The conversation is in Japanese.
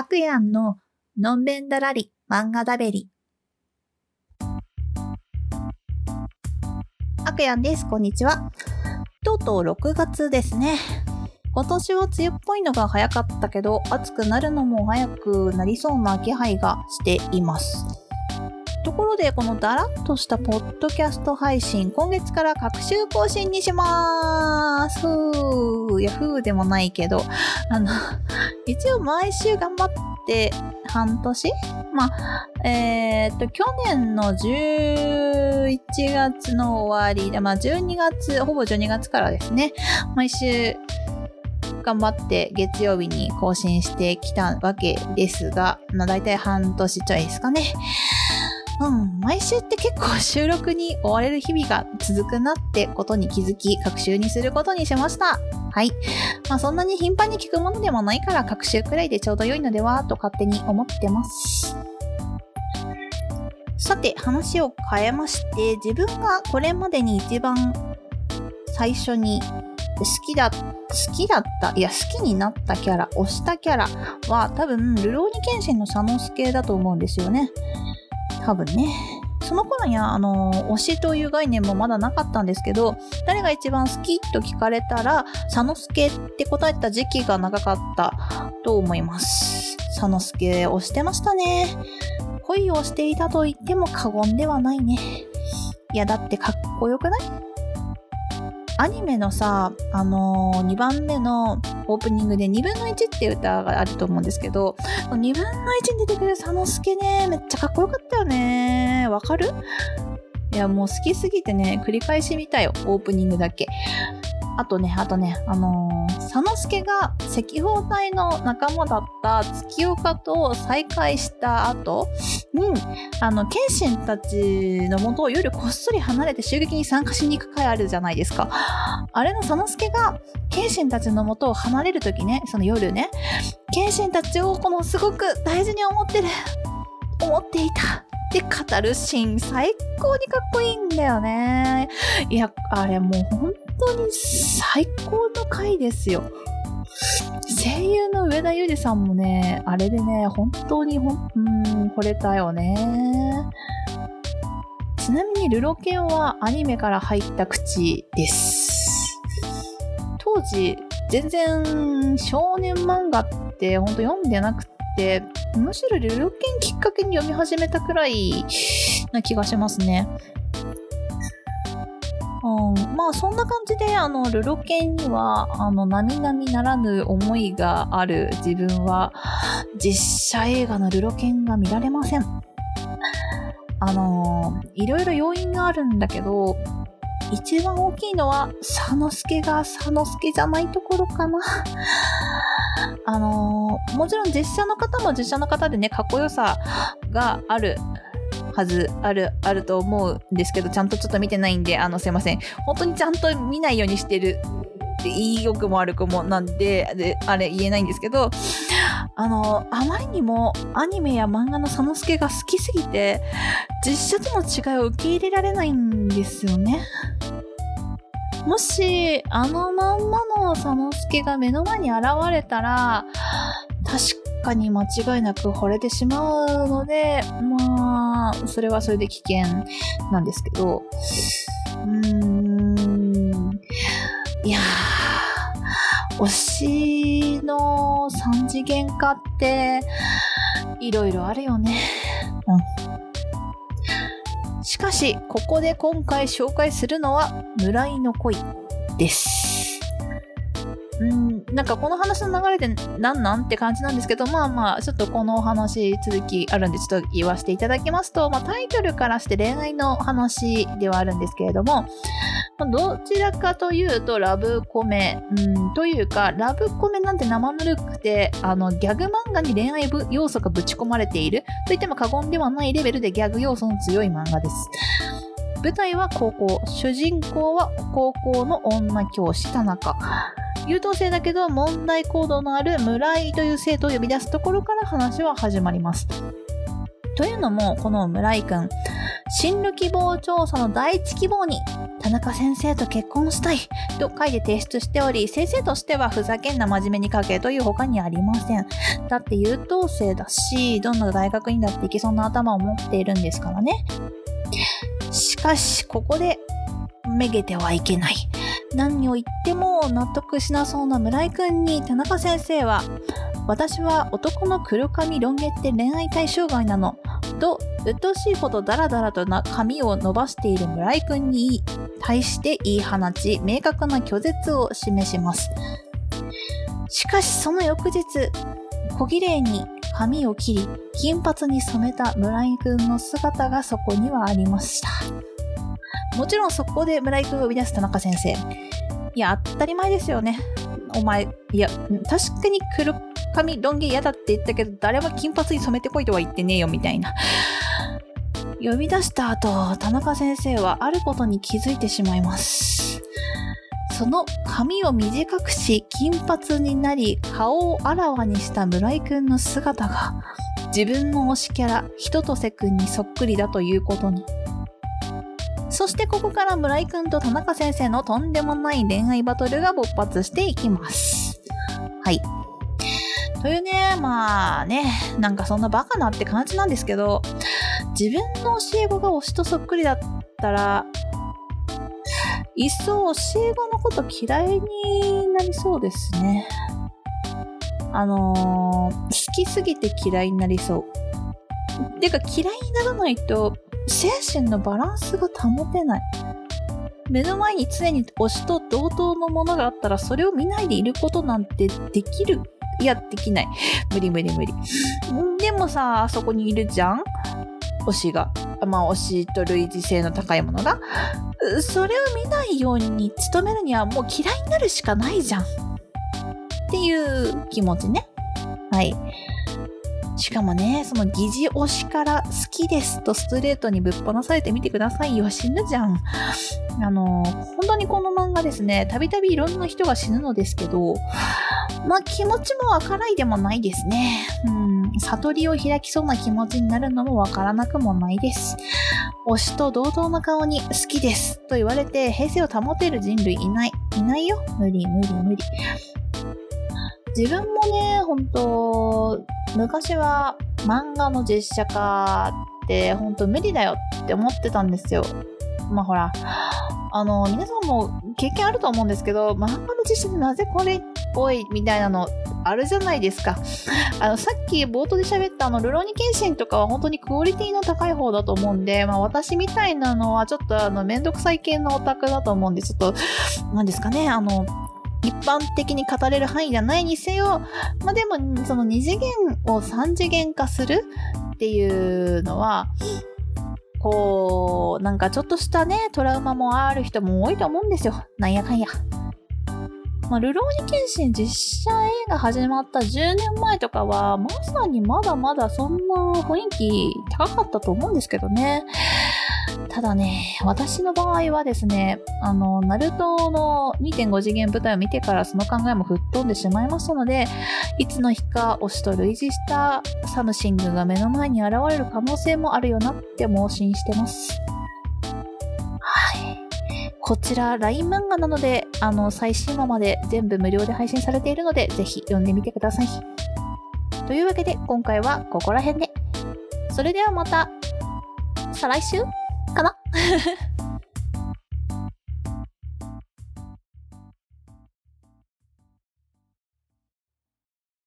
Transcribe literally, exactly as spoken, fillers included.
くやんののんべんだらり漫画だべり。あくやんです。こんにちは。とうとうろくがつですね。今年は梅雨っぽいのが早かったけど、暑くなるのも早くなりそうな気配がしています。ところで、このダラッとしたポッドキャスト配信、今月から各週更新にしまーす。ふー、いや、ふーでもないけど、あの、一応毎週頑張って半年まあ、えーっと、去年のじゅういちがつの終わりで、まあ、じゅうにがつ、ほぼじゅうにがつからですね、毎週頑張って月曜日に更新してきたわけですが、まあ、だいたい半年ちょいですかね。うん、毎週って結構収録に追われる日々が続くなってことに気づき、各週にすることにしました。はい。まあそんなに頻繁に聞くものでもないから各週くらいでちょうど良いのではと勝手に思ってます。さて、話を変えまして、自分がこれまでに一番最初に好きだ、好きだった、いや好きになったキャラ、推したキャラは多分、るろうに剣心の佐之助だと思うんですよね。多分ね。その頃には、あの、推しという概念もまだなかったんですけど、誰が一番好きと聞かれたら、佐之助って答えた時期が長かったと思います。佐之助推してましたね。恋をしていたと言っても過言ではないね。いや、だってかっこよくない？アニメのさ、あのー、にばんめのオープニングでにぶんのいちっていう歌があると思うんですけど、にぶんのいちに出てくる佐之助ね、めっちゃかっこよかったよね。わかる？いや、もう好きすぎてね、繰り返し見たよ、オープニングだけ。あとね、あとね、あのー、佐之助が赤報隊の仲間だった月岡と再会した後に、あの、剣心たちの元を夜こっそり離れて襲撃に参加しに行く回あるじゃないですか。あれの佐之助が剣心たちの元を離れるときね、その夜ね、剣心たちをこのすごく大事に思ってる、思っていた。って語るシーン最高にかっこいいんだよね。いや、あれもう本当に最高の回ですよ。声優の上田裕二さんもね、あれでね、本当にほん、うーん、惚れたよね。ちなみにルロケンはアニメから入った口です。当時、全然少年漫画って本当読んでなくて、でむしろルロケンきっかけに読み始めたくらいな気がしますね。うん、まあそんな感じであのルロケンにはあの並々ならぬ思いがある自分は実写映画のルロケンが見られません。あのいろいろ要因があるんだけど一番大きいのは佐之助が佐之助じゃないところかな。あのー、もちろん実写の方も実写の方でねかっこよさがあるはずあるあると思うんですけどちゃんとちょっと見てないんであのすいません本当にちゃんと見ないようにしてるっていいよくも悪くもなんで、であれ言えないんですけどあのー、あまりにもアニメや漫画の佐之助が好きすぎて実写との違いを受け入れられないんですよね。もしあのまんまの佐之助が目の前に現れたら確かに間違いなく惚れてしまうのでまあそれはそれで危険なんですけどうーんいやー推しの三次元化っていろいろあるよね。うんしかし、ここで今回紹介するのは、村井の恋です。うん、なんかこの話の流れでなんなんって感じなんですけど、まあまあ、ちょっとこのお話続きあるんで、ちょっと言わせていただきますと、まあタイトルからして恋愛の話ではあるんですけれども、どちらかというとラブコメ、うん、というか、ラブコメなんて生ぬるくて、あの、ギャグ漫画に恋愛要素がぶち込まれていると言っても過言ではないレベルでギャグ要素の強い漫画です。舞台は高校、主人公は高校の女教師田中。優等生だけど問題行動のある村井という生徒を呼び出すところから話は始まります。というのも、この村井くん、 進路希望調査の第一希望に田中先生と結婚したいと書いて提出しており、先生としてはふざけんな真面目に書けという他にありません。だって優等生だし、どんな大学にだって行きそうな頭を持っているんですからね。しかしここでめげてはいけない。何を言っても納得しなそうな村井くんに田中先生は、私は男の黒髪ロン毛って恋愛対象外なのと鬱陶しいほどダラダラとな髪を伸ばしている村井くんに対して言い放ち、明確な拒絶を示します。しかしその翌日、小綺麗に髪を切り金髪に染めた村井くんの姿がそこにはありました。もちろんそこで村井くんを呼び出す田中先生、いや当たり前ですよね、お前、いや確かに黒髪ロン毛嫌だって言ったけど誰も金髪に染めてこいとは言ってねえよみたいな。呼び出した後、田中先生はあることに気づいてしまいます。その髪を短くし金髪になり顔をあらわにした村井くんの姿が自分の推しキャラひととせくんにそっくりだということに。そしてここから村井くんと田中先生のとんでもない恋愛バトルが勃発していきます。はい。というね、まあね、なんかそんなバカなって感じなんですけど、自分の教え子が推しとそっくりだったら、いっそ教え子のこと嫌いになりそうですね。あのー、好きすぎて嫌いになりそう。てか嫌いにならないと精神のバランスが保てない。目の前に常に推しと同等のものがあったらそれを見ないでいることなんてできる？いや、できない。無理無理無理。でもさ、あそこにいるじゃん？推しが。まあ、推しと類似性の高いものが。それを見ないように努めるにはもう嫌いになるしかないじゃん。っていう気持ちね。はい。しかもね、その疑似推しから好きですとストレートにぶっ放されてみてくださいよ。死ぬじゃん。あの、本当にこの漫画ですね、たびたびいろんな人が死ぬのですけど、まあ気持ちもわからいでもないですね。うん、悟りを開きそうな気持ちになるのもわからなくもないです。推しと同等の顔に好きですと言われて平静を保てる人類いない。いないよ。無理無理無理。自分もね、本当昔は漫画の実写化って本当無理だよって思ってたんですよ。まあほら、あの皆さんも経験あると思うんですけど、漫画の実写でなぜこれっぽいみたいなのあるじゃないですか。あのさっき冒頭で喋ったあのルローニケンシンとかは本当にクオリティの高い方だと思うんで、まあ私みたいなのはちょっとあのめんどくさい系のオタクだと思うんで、ちょっと何ですかね、あの一般的に語れる範囲じゃないにせよ、まあでもその二次元を三次元化するっていうのはこうなんかちょっとしたねトラウマもある人も多いと思うんですよ。なんやかんや。まあ、ルローニケンシン実写映画始まったじゅうねんまえとかはまさにまだまだそんな雰囲気高かったと思うんですけどね。ただね、私の場合はですね、あのナルトの にてんご 次元舞台を見てからその考えも吹っ飛んでしまいましたので、いつの日か推しと類似したサムシングが目の前に現れる可能性もあるよなって盲信してます。はい。こちら ライン 漫画なので、あの最新話まで全部無料で配信されているので、ぜひ読んでみてください。というわけで今回はここら辺で。それではまた再来週かな